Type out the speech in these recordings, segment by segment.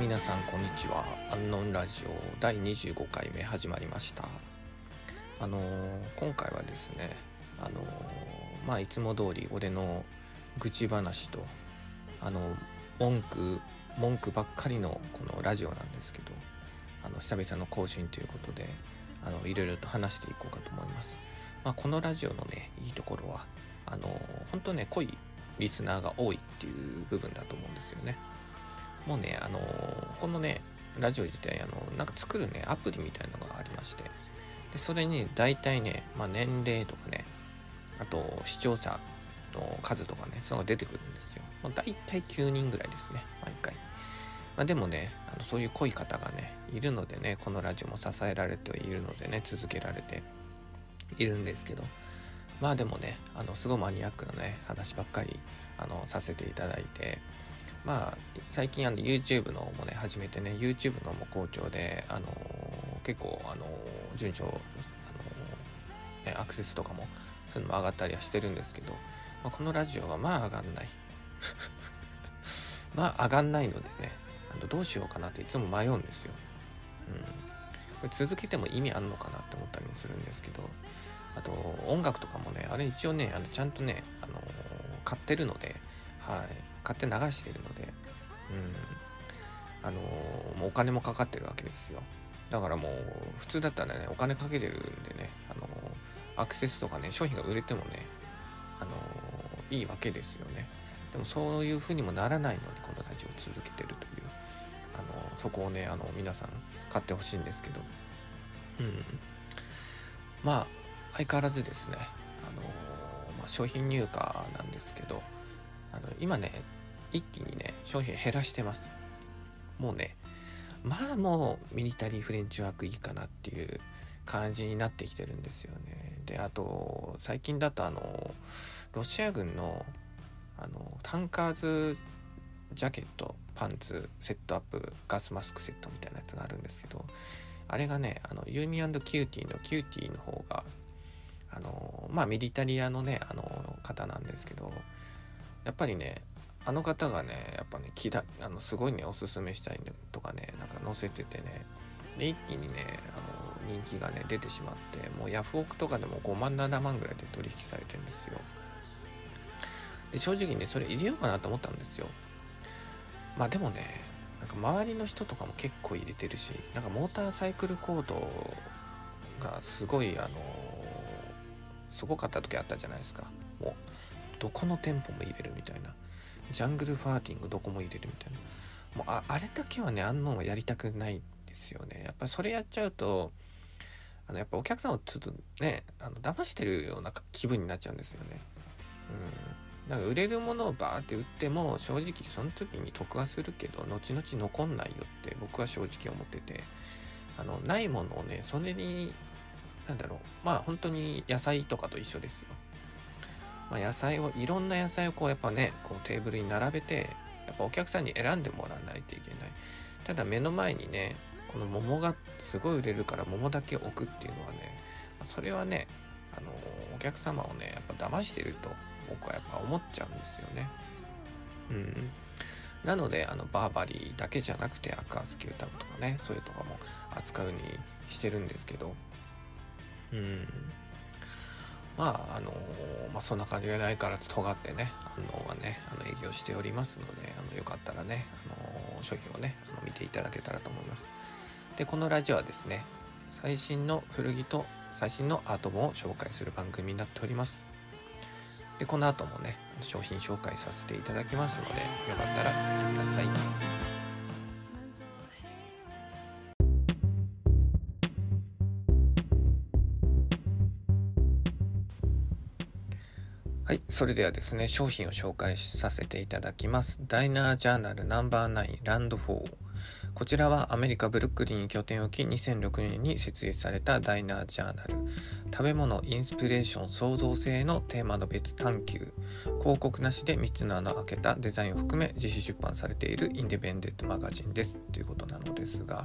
皆さんこんにちは。アンノンラジオ第25回目始まりました。今回はですねいつも通り俺の愚痴話と文句ばっかりのこのラジオなんですけど、久々の更新ということでいろいろと話していこうかと思います。このラジオのねいいところは本当ね濃いリスナーが多いっていう部分だと思うんですよね。もうねこのねラジオ自体なんか作るねアプリみたいなのがありまして、でそれに大体ね、年齢とかね、あと視聴者の数とかね、そういうのが出てくるんですよ。大体9人ぐらいですね、毎回。でもねそういう濃い方がねいるのでね、このラジオも支えられているのでね続けられているんですけど、でもねすごいマニアックなね話ばっかりさせていただいて、最近YouTube のもね始めてね、 YouTube のも好調で結構順調アクセスとかもそういうのも上がったりはしてるんですけど、このラジオは上がんない上がんないのでねどうしようかなっていつも迷うんですよ。これ続けても意味あんのかなって思ったりもするんですけど、あと音楽とかもねあれ一応ねちゃんとね買ってるので、買って流してるので、もうお金もかかってるわけですよ。だからもう普通だったらねお金かけてるんでねアクセスとかね商品が売れてもねいいわけですよね。でもそういう風にもならないのにこのラジオを続けてるというそこをね皆さん買ってほしいんですけど、相変わらずですね商品入荷なんですけど、今ね一気にね商品減らしてます。もうねもうミリタリーフレンチワークいいかなっていう感じになってきてるんですよね。であと最近だとロシア軍のタンカーズジャケットパンツセットアップガスマスクセットみたいなやつがあるんですけど、あれがねユーミー&キューティーのキューティーの方がミリタリアのね方なんですけど、やっぱりねあの方がねやっぱねすごいねおすすめしたいとかねなんか載せててね、で一気にね人気がね出てしまって、もうヤフオクとかでも5万7万ぐらいで取引されてるんですよ。で正直ねそれ入れようかなと思ったんですよ。でもねなんか周りの人とかも結構入れてるし、なんかモーターサイクルコードがすごいすごかった時あったじゃないですか。もうどこの店舗も入れるみたいな、ジャングルファーティングどこも入れるみたいな、もうあれだけはねはやりたくないですよね。やっぱりそれやっちゃうとやっぱお客さんをちょっとね騙してるような気分になっちゃうんですよね。なんか売れるものをバーって売っても正直その時に得はするけど後々残んないよって僕は正直思ってて、ないものをねそれに本当に野菜とかと一緒ですよ。いろんな野菜をやっぱねテーブルに並べてやっぱお客さんに選んでもらわないといけない。ただ目の前にねこの桃がすごい売れるから桃だけ置くっていうのはね、それはねお客様をねやっぱ騙してると僕はやっぱ思っちゃうんですよね。なのでバーバリーだけじゃなくてアクアスキュータブとかねそういうとかも扱うにしてるんですけど、そんな感じがないから尖ってね営業しておりますのでよかったらね商品をね見ていただけたらと思います。でこのラジオはですね最新の古着と最新のアート本を紹介する番組になっております。でこの後もね商品紹介させていただきますのでよかったら聞いてください。はい、それではですね商品を紹介させていただきます。ダイナージャーナルナンバー9ランド4、こちらはアメリカブルックリンに拠点を置き2006年に設立されたダイナージャーナル、食べ物、インスピレーション、創造性のテーマの別探求、広告なしで3つの穴を開けたデザインを含め自費出版されているインディペンデントマガジンですということなのですが、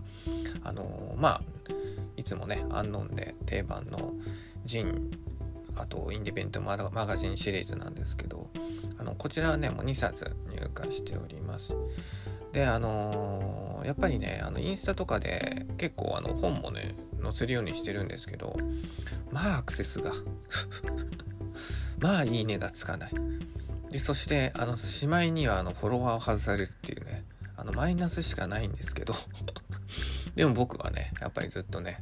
いつもねアンノンで定番のジン、あとインディペンデントマガジンシリーズなんですけど、こちらはねもう2冊入荷しております。 でやっぱりねインスタとかで結構本もね載せるようにしてるんですけど、まあアクセスがまあいいねがつかない。でそしてしまいにはフォロワーを外されるっていうねマイナスしかないんですけどでも僕はねやっぱりずっとね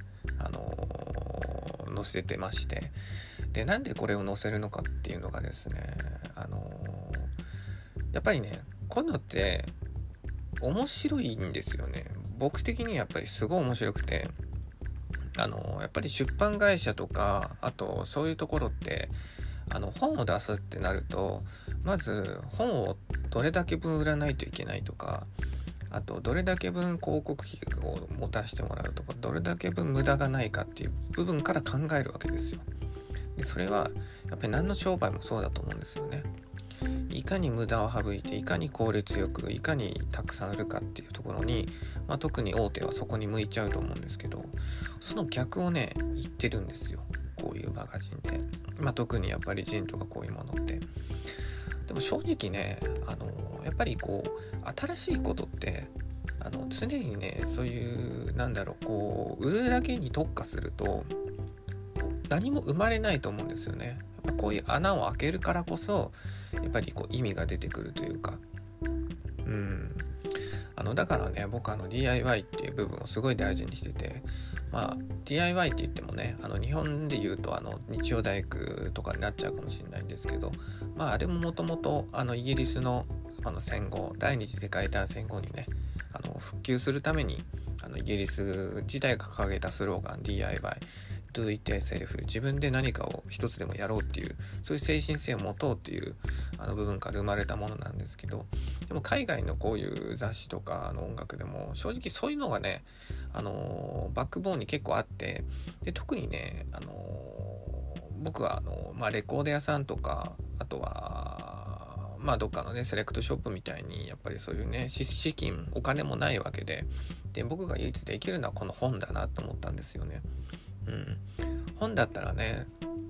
載せてまして、でなんでこれを載せるのかっていうのがですねやっぱりねこういうのって面白いんですよね。僕的にやっぱりすごい面白くて、やっぱり出版会社とかあとそういうところって本を出すってなるとまず本をどれだけ分売らないといけないとか、あとどれだけ分広告費を持たせてもらうとか、どれだけ分無駄がないかっていう部分から考えるわけですよ。でそれはやっぱり何の商売もそうだと思うんですよね。いかに無駄を省いていかに効率よくいかにたくさん売るかっていうところに、特に大手はそこに向いちゃうと思うんですけど、その逆をね言ってるんですよこういうマガジンって。特にやっぱりジンとかこういうものって。でも正直ねやっぱりこう新しいことって常にねそういう売るだけに特化すると何も生まれないと思うんですよね。やっぱこういう穴を開けるからこそやっぱりこう意味が出てくるというか、だからね僕DIY っていう部分をすごい大事にしてて、DIY って言ってもね日本で言うと日曜大工とかになっちゃうかもしれないんですけど、あれももともとイギリスの戦後第二次世界大戦後にね復旧するためにイギリス自体が掲げたスローガン DIY Do it yourself、 自分で何かを一つでもやろうっていうそういう精神性を持とうっていう部分から生まれたものなんですけど、でも海外のこういう雑誌とか音楽でも正直そういうのがねバックボーンに結構あって、で特にね僕はレコード屋さんとかあとはどっかのねセレクトショップみたいにやっぱりそういうね資金お金もないわけで、僕が唯一できるのはこの本だなと思ったんですよね。本だったらね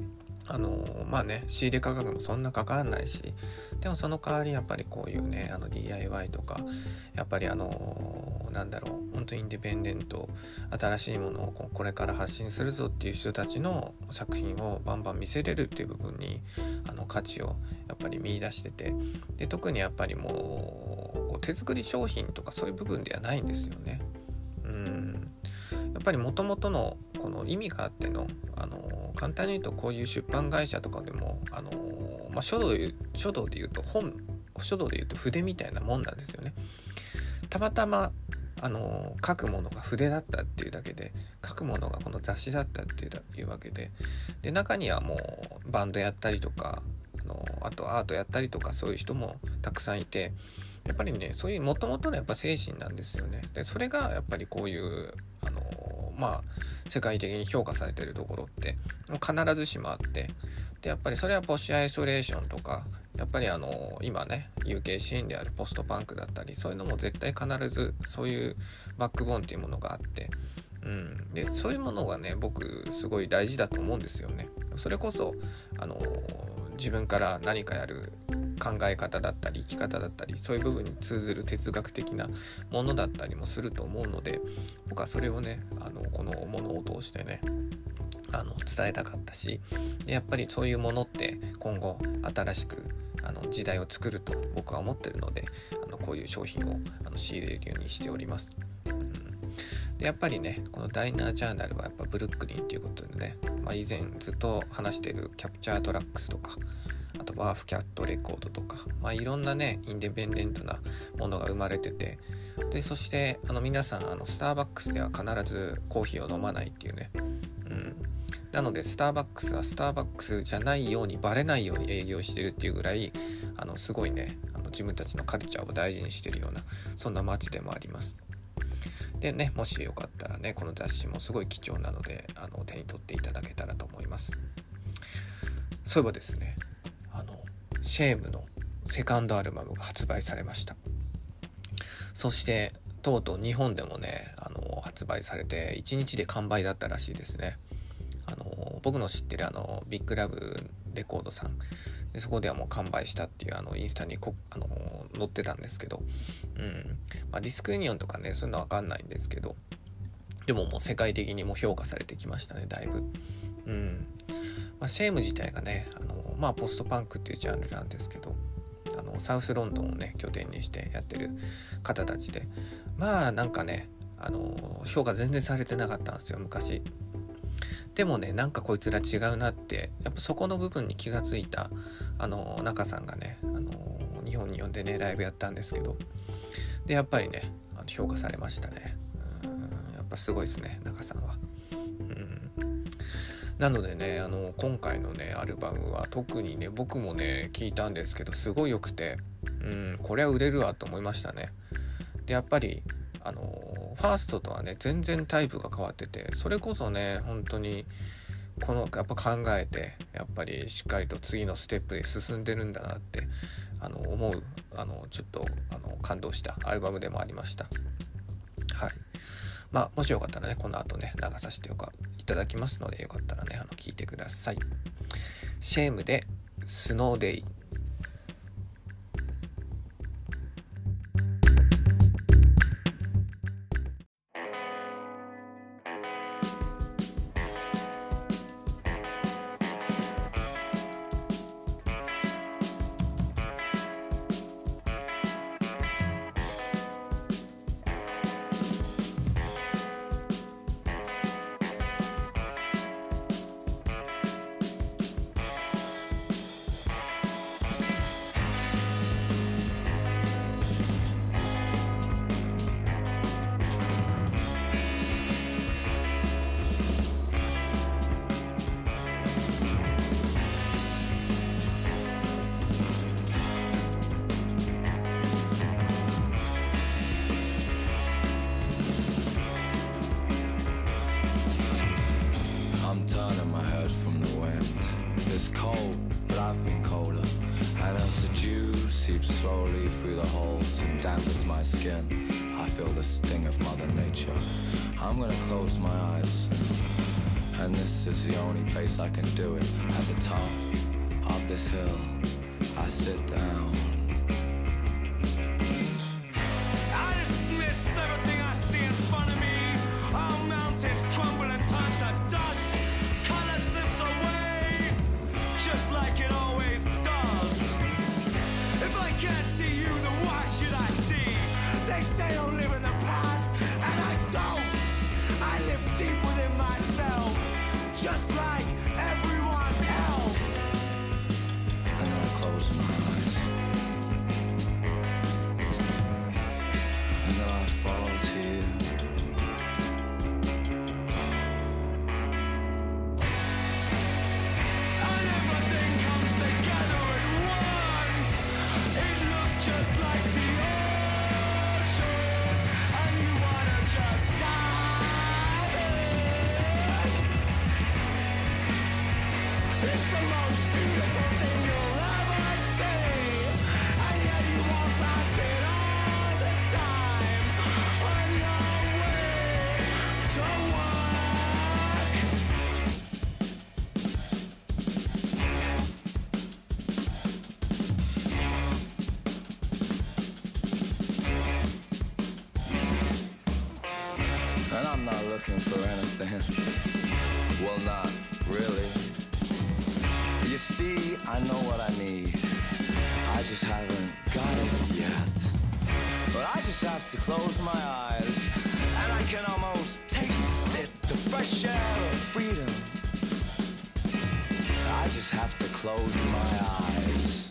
仕入れ価格もそんなかからないし、でもその代わりやっぱりこういうねDIY とかやっぱり本当インディペンデント新しいものをこれから発信するぞっていう人たちの作品をバンバン見せれるっていう部分に価値をやっぱり見出してて、で特にやっぱりもう手作り商品とかそういう部分ではないんですよね。やっぱり元々のこの意味があっての簡単に言うとこういう出版会社とかでも書道で言うと書道で言うと筆みたいなもんなんですよね。たまたま書くものが筆だったっていうだけで、書くものがこの雑誌だったっていうわけで、中にはもうバンドやったりとかあとアートやったりとかそういう人もたくさんいて、やっぱりねそういう元々のやっぱ精神なんですよね。でそれがやっぱりこういう世界的に評価されてるところって必ずしもあって、でやっぱりそれはポッシュアイソレーションとかやっぱり今ね UK シーンであるポストパンクだったりそういうのも絶対必ずそういうバックボーンっていうものがあって、でそういうものがね僕すごい大事だと思うんですよね。それこそ自分から何かやる考え方だったり生き方だったりそういう部分に通ずる哲学的なものだったりもすると思うので、僕はそれをねこのものを通してね伝えたかったし、でやっぱりそういうものって今後新しく時代を作ると僕は思ってるのでこういう商品を仕入れるようにしております。でやっぱりねこのダイナージャーナルはやっぱブルックリンということでね、以前ずっと話しているキャプチャートラックスとかあとワーフキャットレコードとか、いろんなねインディペンデントなものが生まれてて、でそして皆さんスターバックスでは必ずコーヒーを飲まないっていうね、なのでスターバックスはスターバックスじゃないようにバレないように営業してるっていうぐらいすごいね自分たちのカルチャーを大事にしてるようなそんな街でもあります。でねもしよかったらねこの雑誌もすごい貴重なので手に取っていただけたらと思います。そういえばですねシェームのセカンドアルバムが発売されました。そしてとうとう日本でもね発売されて1日で完売だったらしいですね。 僕の知ってるビッグラブレコードさんで、そこではもう完売したっていうインスタに載ってたんですけど、ディスクユニオンとかねそういうのは分かんないんですけど、でももう世界的にも評価されてきましたね、だいぶ。シェーム自体がねポストパンクっていうジャンルなんですけど、サウスロンドンをね拠点にしてやってる方たちで、なんかね評価全然されてなかったんですよ、昔。でもね、なんかこいつら違うなって、やっぱそこの部分に気がついた中さんがね日本に呼んでねライブやったんですけど、でやっぱりね評価されましたね。やっぱすごいですね、中さんは。なのでね今回のねアルバムは特にね僕もね聞いたんですけど、すごい良くて、これは売れるわと思いましたね。でやっぱりファーストとはね全然タイプが変わってて、それこそね本当にやっぱ考えてやっぱりしっかりと次のステップで進んでるんだなって思うちょっと感動したアルバムでもありました。はい。もしよかったらねこの後ね流させていただきますので、よかったらね聞いてください。シェームでスノーデイ。 Seeps slowly through the holes and dampens my skin. I feel the sting of Mother Nature. I'm gonna close my eyes, and this is the only place I can do it. At the top of this hill, I sit down. I dismiss everything I see in front of me. All mountains crumble and turn to dust. Color slips away, just like it always does. If I can't see you, then why should I see? They say I'll live in the past, and I don't. I live deep within myself, just like everyone else. And I close my eyes, and then I fall to you. And everything comes together at once. It looks just like the ocean, and you wanna just dive in. It's the most beautiful thing you'll ever see, and yet you walk past it all the time on your way to work. And I'm not looking for anything. Well, not really. You see, I know what I need. I just haven't got it yet. But I just have to close my eyes, and I can almost taste it, the fresh air of freedom. I just have to close my eyes.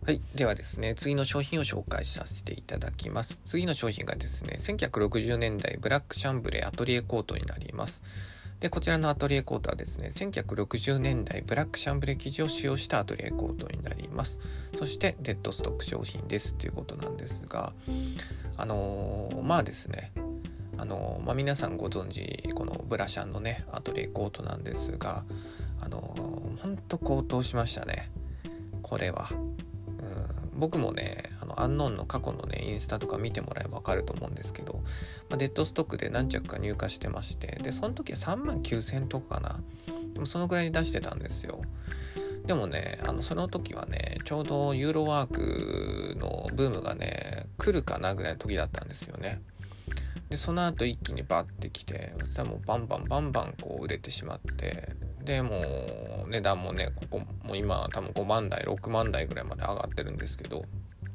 はい、ではですね、次の商品を紹介させていただきます。次の商品がですね、1960年代ブラックシャンブレーアトリエコートになります。で、こちらのアトリエコートはですね、1960年代ブラックシャンブレー生地を使用したアトリエコートになります。そしてデッドストック商品ですということなんですが、まあですね、皆さんご存知このブラシャンのねアトリエコートなんですが、ほんと高騰しましたね、これは。僕もねアンノーンの過去のねインスタとか見てもらえば分かると思うんですけど、デッドストックで何着か入荷してまして、でその時は39,000とかかな、でもそのぐらいに出してたんですよ。でもねその時はねちょうどユーロワークのブームがね来るかなぐらいの時だったんですよね。でその後一気にバッてきて、そしたらもうバンバンこう売れてしまって、でもう値段もねここも今多分5万台6万台ぐらいまで上がってるんですけど、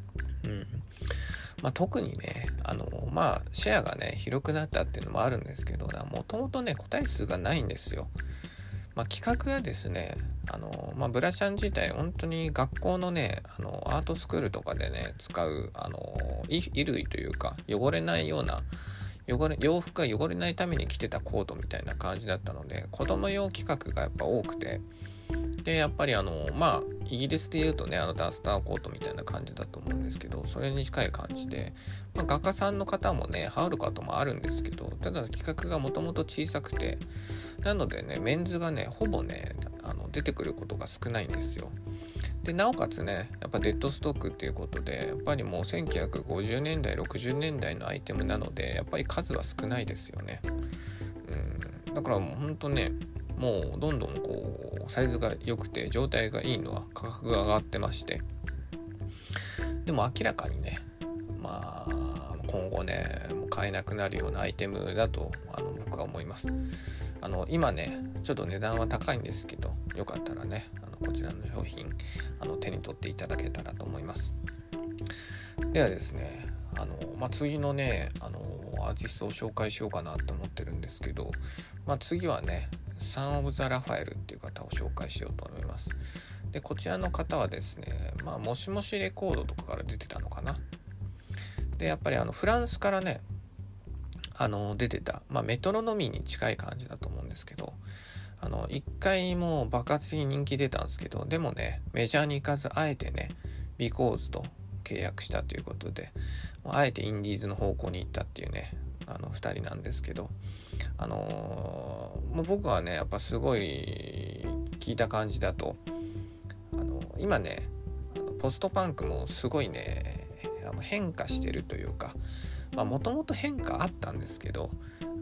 特にねシェアがね広くなったっていうのもあるんですけど、もともとね個体数がないんですよ。企画がですねブラシャン自体本当に学校のねアートスクールとかでね使う衣類というか汚れないような洋服が汚れないために着てたコートみたいな感じだったので、子供用規格がやっぱ多くて、でやっぱりイギリスでいうとねダスターコートみたいな感じだと思うんですけど、それに近い感じで、画家さんの方もね羽織る方もあるんですけど、ただ規格がもともと小さくて、なのでねメンズがねほぼね出てくることが少ないんですよ。でなおかつねやっぱデッドストックっていうことで、やっぱりもう1950年代60年代のアイテムなのでやっぱり数は少ないですよね。だからもうほんとねもうどんどんこうサイズが良くて状態がいいのは価格が上がってまして、でも明らかにね今後ねもう買えなくなるようなアイテムだと僕は思います。今ねちょっと値段は高いんですけど、よかったらねこちらの商品手に取っていただけたらと思います。ではですね次のねアーティストを紹介しようかなと思ってるんですけど、次はねサン・オブ・ザ・ラファエルっていう方を紹介しようと思います。でこちらの方はですねもしもしレコードとかから出てたのかな。でやっぱりフランスからね出てた、メトロノミーに近い感じだと思うんですけど、一回もう爆発的に人気出たんですけど、でもねメジャーに行かずあえてねビコーズと契約したということで、あえてインディーズの方向に行ったっていうね2人なんですけど、もう僕はねやっぱすごい聞いた感じだと今ねポストパンクもすごいね変化してるというか、もともと変化あったんですけど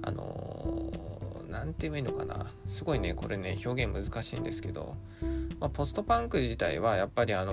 なんて言えばいいのかな、すごいねこれね表現難しいんですけど、ポストパンク自体はやっぱり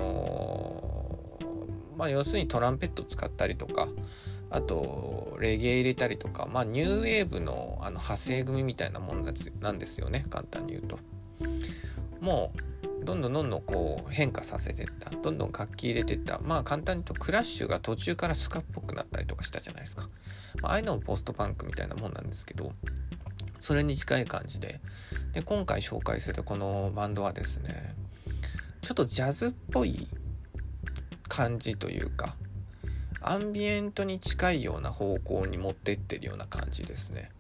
要するにトランペット使ったりとか、あとレゲエ入れたりとか、ニューウェーブの派生組みたいなものなんですよね、簡単に言うと。もうどんどんこう変化させていった、どんどん楽器入れていった、簡単に言うとクラッシュが途中からスカっぽくなったりとかしたじゃないですか。ああいうのもポストパンクみたいなもんなんですけど、それに近い感じで、今回紹介するこのバンドはですねちょっとジャズっぽい感じというか、アンビエントに近いような方向に持ってってるような感じですね。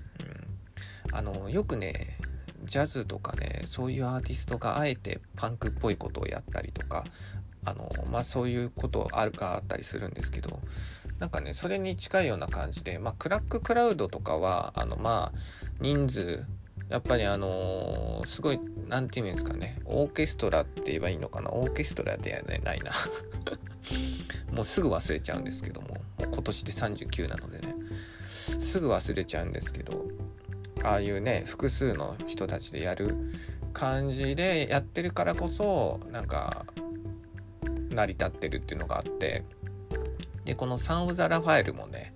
よくねジャズとかねそういうアーティストがあえてパンクっぽいことをやったりとかそういうことがあったりするんですけど、なんかねそれに近いような感じで、クラッククラウドとかは人数やっぱりすごいなんていうんですかね、オーケストラって言えばいいのかな、オーケストラではないなもうすぐ忘れちゃうんですけどもう今年で39なのでねすぐ忘れちゃうんですけど、ああいうね複数の人たちでやる感じでやってるからこそなんか成り立ってるっていうのがあって、でこのサン・オブ・ザ・ラファエルもね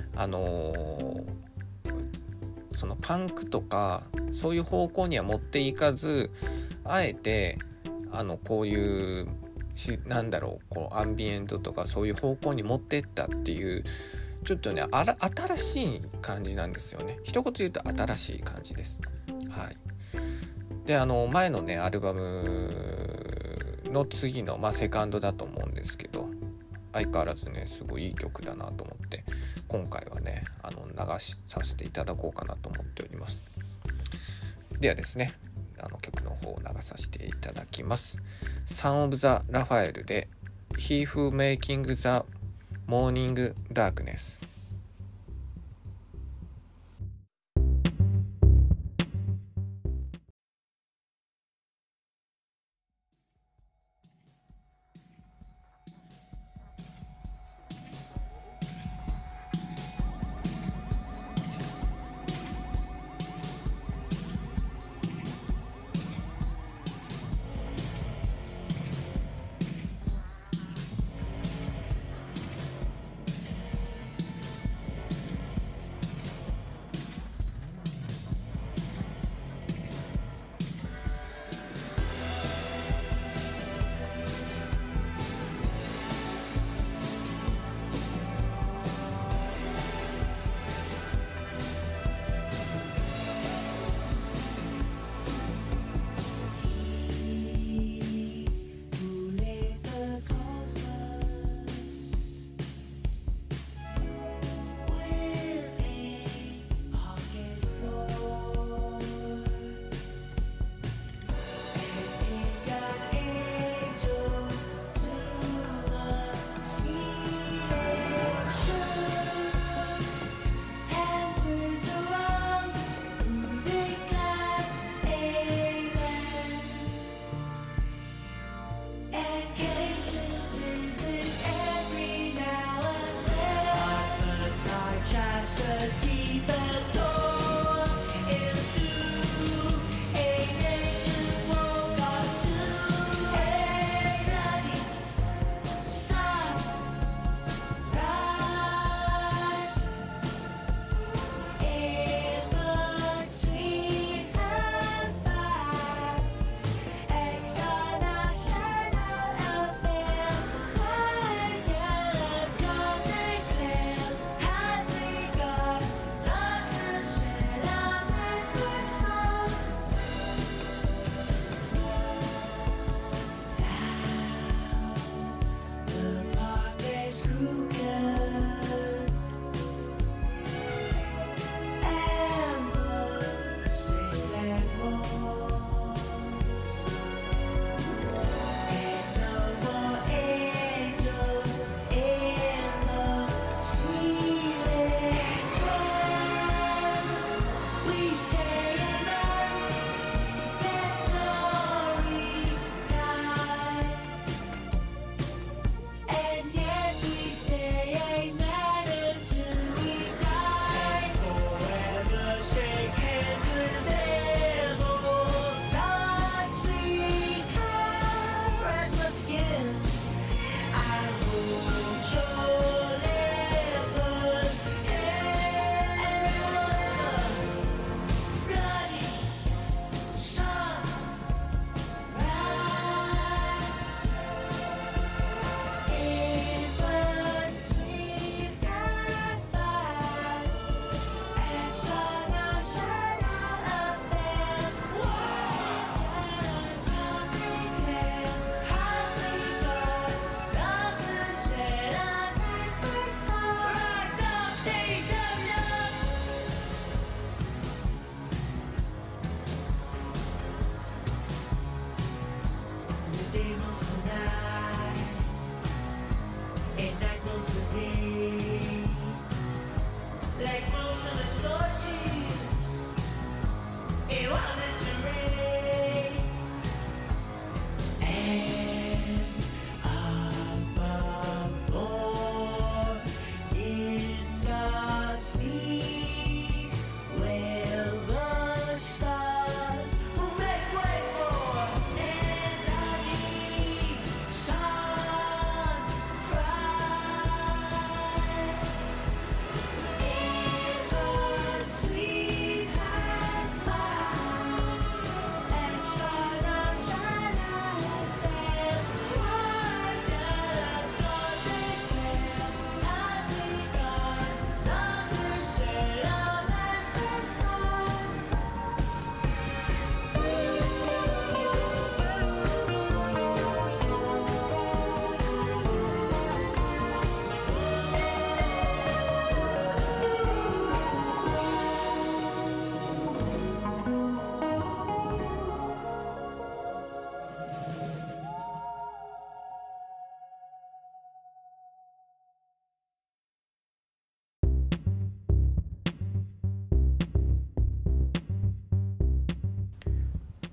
そのパンクとかそういう方向には持っていかず、あえてこういうこうアンビエントとかそういう方向に持っていったっていうちょっとね新しい感じなんですよね。一言言うと新しい感じです。はい。で前のねアルバムの次の、セカンドだと思うんですけど、相変わらずねすごいいい曲だなと思って今回はね流しさせていただこうかなと思っております。ではですね、曲の方を流させていただきます。Son of the Raphael で He Who Making the Morning Darkness。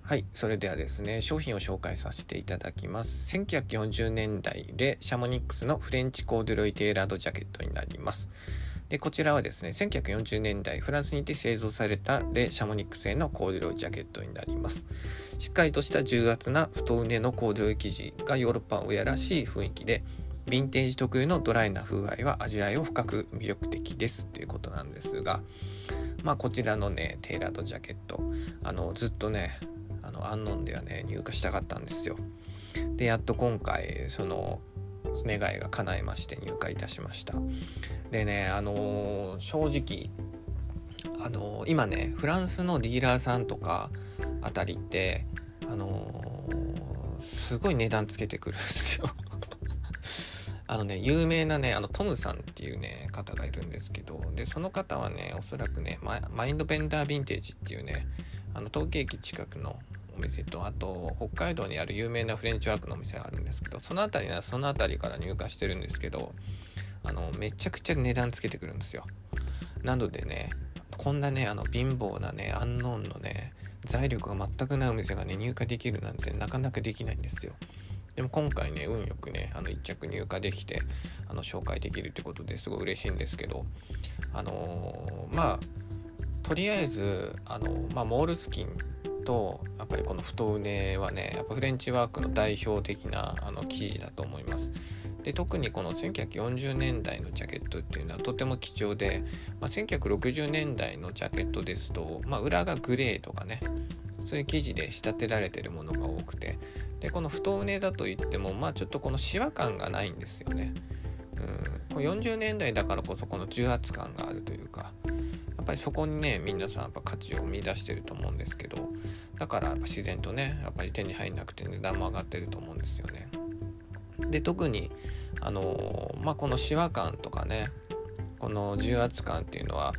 はい、それではですね、商品を紹介させていただきます。1940年代でシャモニックスのフレンチコーデュロイテーラードジャケットになります。で、こちらはですね、1940年代フランスにて製造されたレ・シャモニックス製のコーデュロイジャケットになります。しっかりとした重厚な太畝のコーデュロイ生地がヨーロッパウェアらしい雰囲気で、ヴィンテージ特有のドライな風合いは味わいを深く魅力的ですということなんですが、こちらのねテーラードジャケット、ずっとねアンノンではね入荷したかったんですよ。でやっと今回その願いが叶いまして入荷いたしました。でね正直今ねフランスのディーラーさんとかあたりってすごい値段つけてくるんですよ有名なねトムさんっていうね方がいるんですけど、でその方はねおそらくねマインドベンダーヴィンテージっていうね東京駅近くのお店と、あと北海道にある有名なフレンチワークのお店があるんですけど、そのあたりから入荷してるんですけど、めちゃくちゃ値段つけてくるんですよ。なのでねこんなね貧乏なねアンノーンのね財力が全くないお店がね入荷できるなんてなかなかできないんですよ。でも今回ね運よくね1着入荷できて紹介できるってことですごい嬉しいんですけど、とりあえずモールスキンとやっぱりこの太畝はねやっぱフレンチワークの代表的な生地だと思います。で特にこの1940年代のジャケットっていうのはとても貴重で、1960年代のジャケットですと、裏がグレーとかねそういう生地で仕立てられてるものが多くて、でこの太畝だといってもちょっとこのシワ感がないんですよね。この40年代だからこそこの重圧感があるというか、やっぱりそこにね皆さんやっぱ価値を見出してると思うんですけど、だからやっぱ自然とねやっぱり手に入んなくて値段も上がってると思うんですよね。で特にこのシワ感とかねこの重圧感っていうのは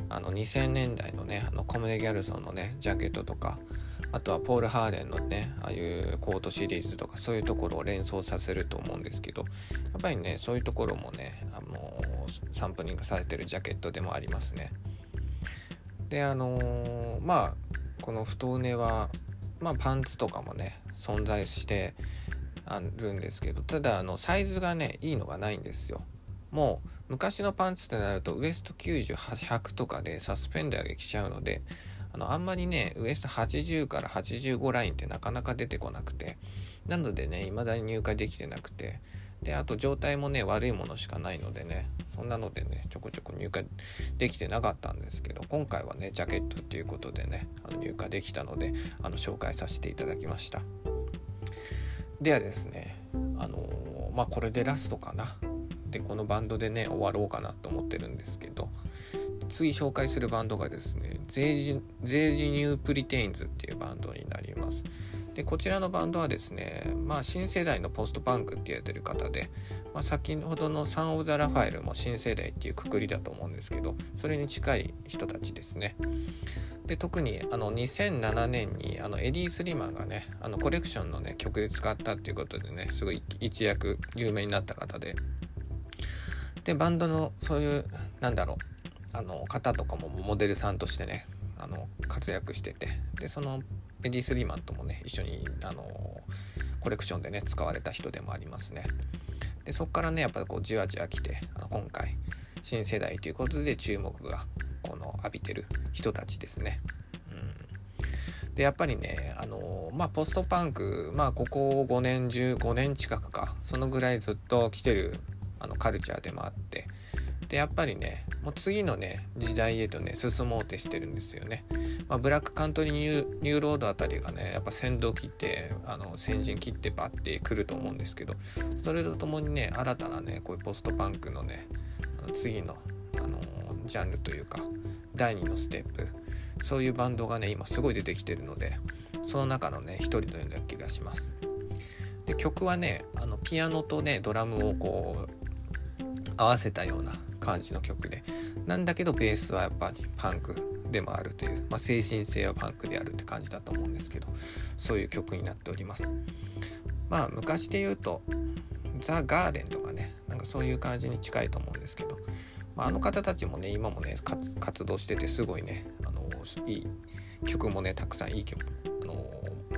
2000年代のねコムデ・ギャルソンのねジャケットとか、あとはポール・ハーデンのねああいうコートシリーズとかそういうところを連想させると思うんですけど、やっぱりねそういうところもねサンプリングされてるジャケットでもありますね。でこの太畝はパンツとかもね存在してあるんですけど、ただサイズがねいいのがないんですよ。もう昔のパンツってなるとウエスト90、100とかでサスペンダーが来ちゃうので、あんまりねウエスト80から85ラインってなかなか出てこなくて、なのでね未だに入荷できてなくて、であと状態もね悪いものしかないのでね、そんなのでねちょこちょこ入荷できてなかったんですけど、今回はねジャケットっていうことでね入荷できたので紹介させていただきました。ではですねこれでラストかな。でこのバンドでね終わろうかなと思ってるんですけど、次紹介するバンドがですねゼージニュープリテインズっていうバンドになります。でこちらのバンドはですね新世代のポストパンクって言われてる方で、先ほどのサン・オブ・ザ・ラファエルも新世代っていうくくりだと思うんですけど、それに近い人たちですね。で特に2007年にエディ・スリマンがねコレクションのね曲で使ったっていうことでねすごい一躍有名になった方で、でバンドのそういう方とかもモデルさんとしてね活躍してて、でそのエディ・スリーマンともね一緒にコレクションでね使われた人でもありますね。でそこからねやっぱりこうじわじわ来て今回新世代ということで注目が浴びてる人たちですね。でやっぱりねポストパンクここ5年15年近くかそのぐらいずっと来てるカルチャーでもあって、でやっぱりねもう次のね時代へとね進もうとしてるんですよね。ブラックカントリーニューロードあたりがねやっぱ先導切って先陣切ってバッてくると思うんですけど、それとともにね新たなねこういうポストパンクのね次のジャンルというか第2のステップ、そういうバンドがね今すごい出てきてるので、その中のね一人のような気がします。で曲はねピアノとねドラムをこう合わせたような感じの曲で、なんだけどベースはやっぱりパンクでもあるという、精神性はパンクであるって感じだと思うんですけど、そういう曲になっております。昔で言うとザ・ガーデンとかねそういう感じに近いと思うんですけど、方たちもね今もね活動しててすごいねいい曲もねたくさんいい曲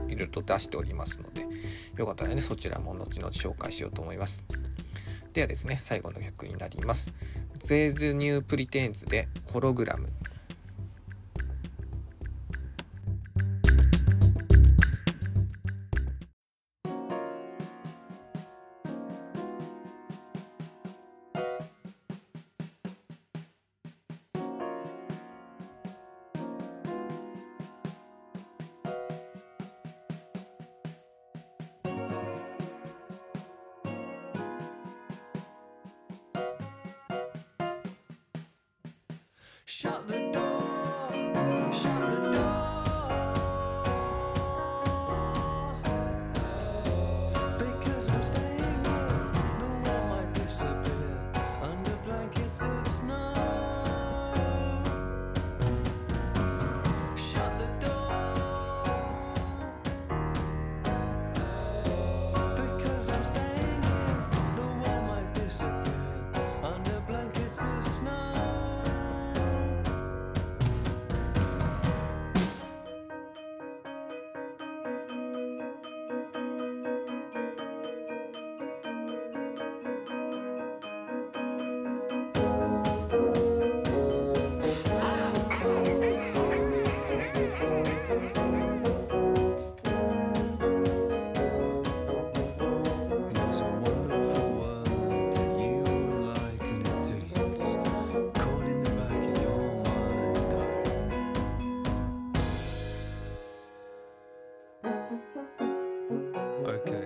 いろいろと出しておりますので、よかったらねそちらも後々紹介しようと思います。ではですね、最後の曲になります。There's New Pretense でホログラム。 Shut the door, shut the door, because I'm staying here, the world might disappear under blankets of snow. Shut the door, because I'm staying here, the world might disappear under blankets of snow. There's a wonderful world that you would like and it takes, caught in the back of your mind, okay.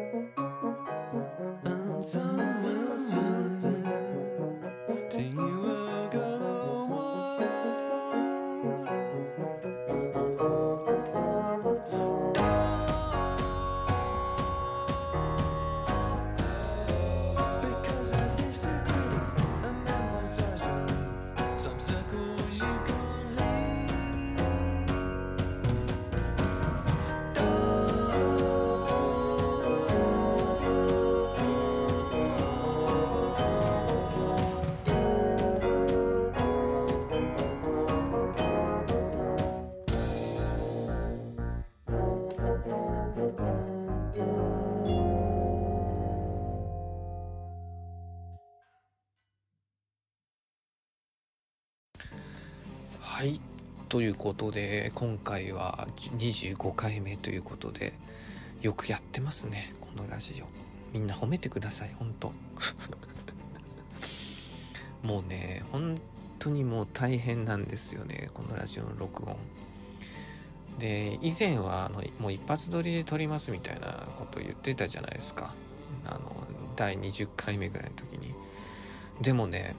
And sometimes to you will go the because I disagree, and then once I should leave, some circles you can't leave. はい、ということで今回は25回目ということで、よくやってますねこのラジオ。みんな褒めてください本当もうね本当にもう大変なんですよねこのラジオの録音で。以前はもう一発撮りで撮りますみたいなことを言ってたじゃないですか、第20回目ぐらいの時に。でもね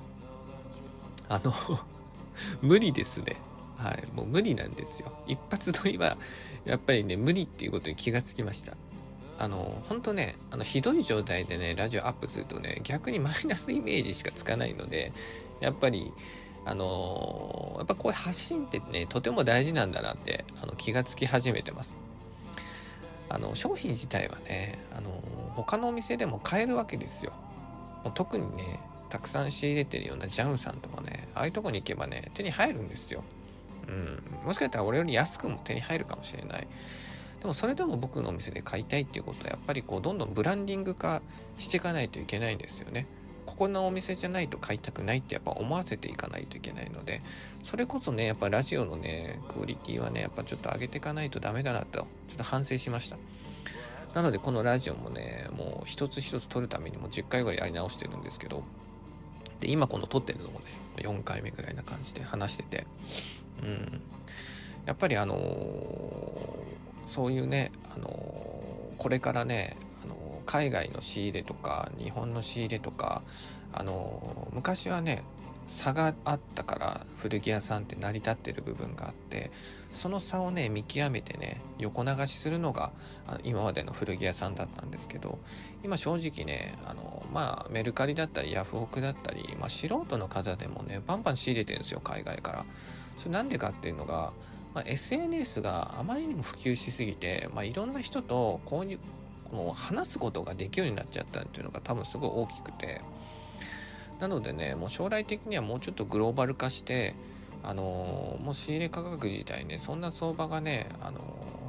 無理ですね。はい、もう無理なんですよ。一発撮りはやっぱりね無理っていうことに気がつきました。本当ねひどい状態でねラジオアップするとね逆にマイナスイメージしかつかないので、やっぱりやっぱこういう発信ってねとても大事なんだなって気がつき始めてます。商品自体はね他のお店でも買えるわけですよ。もう特にねたくさん仕入れてるようなジャンさんとかね、ああいうとこに行けばね手に入るんですよ。もしかしたら俺より安くも手に入るかもしれない。でもそれでも僕のお店で買いたいっていうことはやっぱりこうどんどんブランディング化していかないといけないんですよね。ここのお店じゃないと買いたくないってやっぱ思わせていかないといけないので、それこそねやっぱラジオのねクオリティはねやっぱちょっと上げていかないとダメだなとちょっと反省しました。なのでこのラジオもねもう一つ一つ撮るためにも10回ぐらいやり直してるんですけど、で今この撮ってるのもね4回目ぐらいな感じで話してて、やっぱりそういうねこれからね海外の仕入れとか日本の仕入れとか昔はね差があったから古着屋さんって成り立ってる部分があって、その差をね見極めてね横流しするのが今までの古着屋さんだったんですけど、今正直ねメルカリだったりヤフオクだったり、素人の方でもねバンバン仕入れてるんですよ海外から。それなんでかっていうのが、SNS があまりにも普及しすぎて、いろんな人とこの話すことができるようになっちゃったっていうのが多分すごい大きくて、なのでねもう将来的にはもうちょっとグローバル化してもう仕入れ価格自体ねそんな相場がね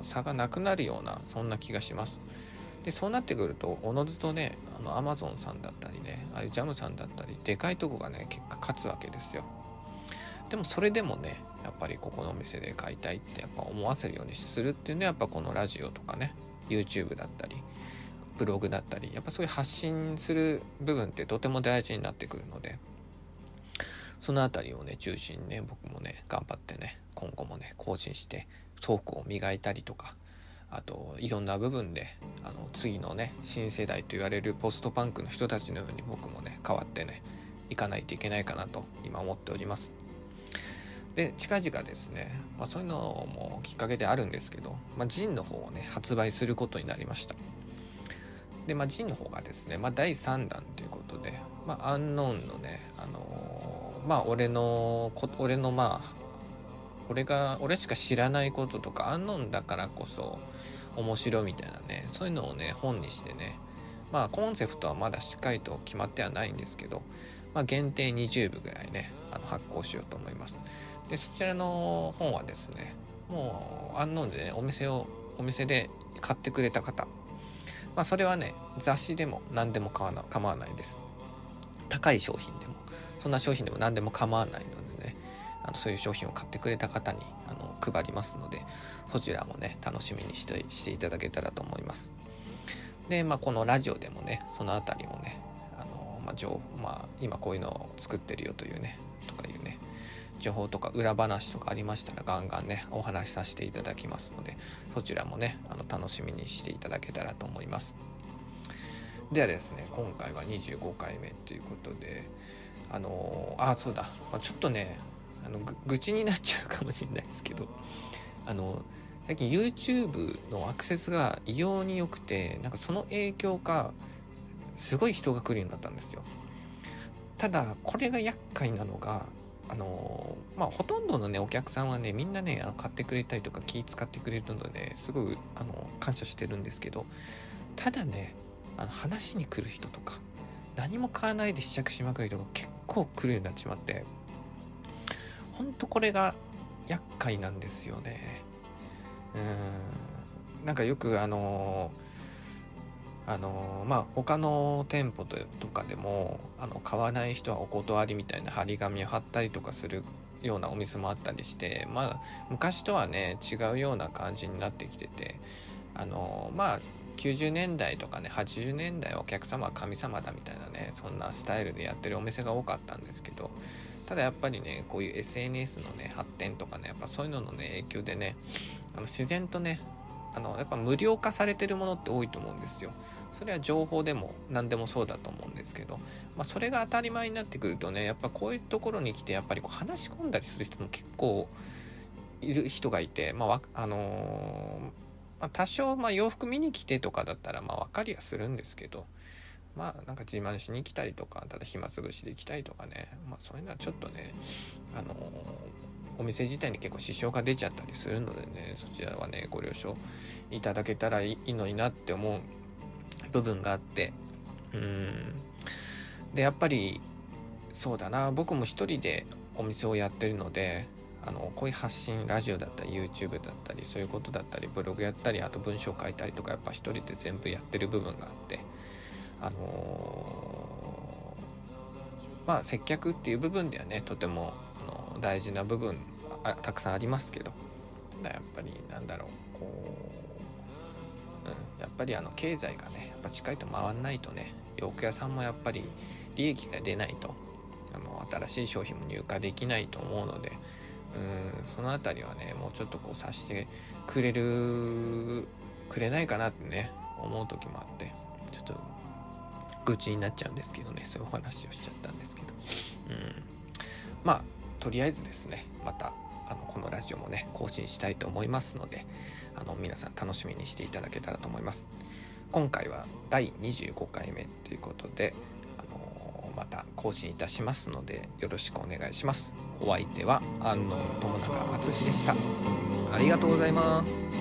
差がなくなるようなそんな気がします。でそうなってくるとおのずとねAmazon さんだったりねああいうジャムさんだったりでかいとこがね結果勝つわけですよ。でもそれでもねやっぱりここのお店で買いたいってやっぱ思わせるようにするっていうのはやっぱこのラジオとかね YouTube だったりブログだったりやっぱそういう発信する部分ってとても大事になってくるので、そのあたりをね中心にね僕もね頑張ってね今後もね更新してトークを磨いたりとか、あといろんな部分で次のね新世代と言われるポストパンクの人たちのように僕もね変わってねいかないといけないかなと今思っております。で近々ですね、そういうのもきっかけであるんですけど、ジンの方をね発売することになりました。でジンの方がですね、第3弾ということで、アンノーンのね俺しか知らないこととかアンノーンだからこそ面白いみたいなねそういうのをね本にしてね、コンセプトはまだしっかりと決まってはないんですけど、限定20部ぐらいね発行しようと思います。でそちらの本はですねもうアンノーンでねお店で買ってくれた方、それはね雑誌でも何でも構わないです。高い商品でもそんな商品でも何でも構わないのでねそういう商品を買ってくれた方に配りますので、そちらもね楽しみにしていただけたらと思います。でこのラジオでもねそのあたりもね今こういうのを作ってるよというねとかいうね情報とか裏話とかありましたらガンガンねお話しさせていただきますので、そちらもね楽しみにしていただけたらと思います。ではですね今回は25回目ということでそうだ、ちょっとね愚痴になっちゃうかもしれないですけど最近 YouTube のアクセスが異様に良くて、なんかその影響かすごい人が来るようになったんですよ。ただこれが厄介なのがほとんどのねお客さんはねみんなね買ってくれたりとか気使ってくれるので、すごい感謝してるんですけど、ただね話に来る人とか何も買わないで試着しまくる人が結構来るようになってしまって、ほんとこれが厄介なんですよね。なんかよく他の店舗とかでも買わない人はお断りみたいな張り紙を貼ったりとかするようなお店もあったりして、昔とはね違うような感じになってきてて、90年代とかね80年代はお客様は神様だみたいなねそんなスタイルでやってるお店が多かったんですけど、ただやっぱりねこういう SNS のね発展とかねやっぱそういうののね影響でね自然とねやっぱ無料化されてるものって多いと思うんですよ。それは情報でも何でもそうだと思うんですけど、それが当たり前になってくるとねやっぱこういうところに来てやっぱりこう話し込んだりする人も結構いる人がいて、多少洋服見に来てとかだったら分かりはするんですけど、なんか自慢しに来たりとかただ暇つぶしで来たりとかね、そういうのはちょっとねお店自体に結構支障が出ちゃったりするのでね、そちらはねご了承いただけたらいいのになって思う部分があって、でやっぱりそうだな、僕も一人でお店をやってるのでこういう発信ラジオだったり YouTube だったりそういうことだったりブログやったりあと文章書いたりとかやっぱ一人で全部やってる部分があって、接客っていう部分ではねとても大事な部分たくさんありますけど、ただやっぱりやっぱり経済がねやっぱしっかりと回んないとね、洋服屋さんもやっぱり利益が出ないと新しい商品も入荷できないと思うので、そのあたりはねもうちょっとさしてくれないかなってね思う時もあって、ちょっと愚痴になっちゃうんですけどね、そういうお話をしちゃったんですけど、とりあえずですねまたこのラジオもね更新したいと思いますので皆さん楽しみにしていただけたらと思います。今回は第25回目ということでまた更新いたしますのでよろしくお願いします。お相手は安納友永敦でした。ありがとうございます。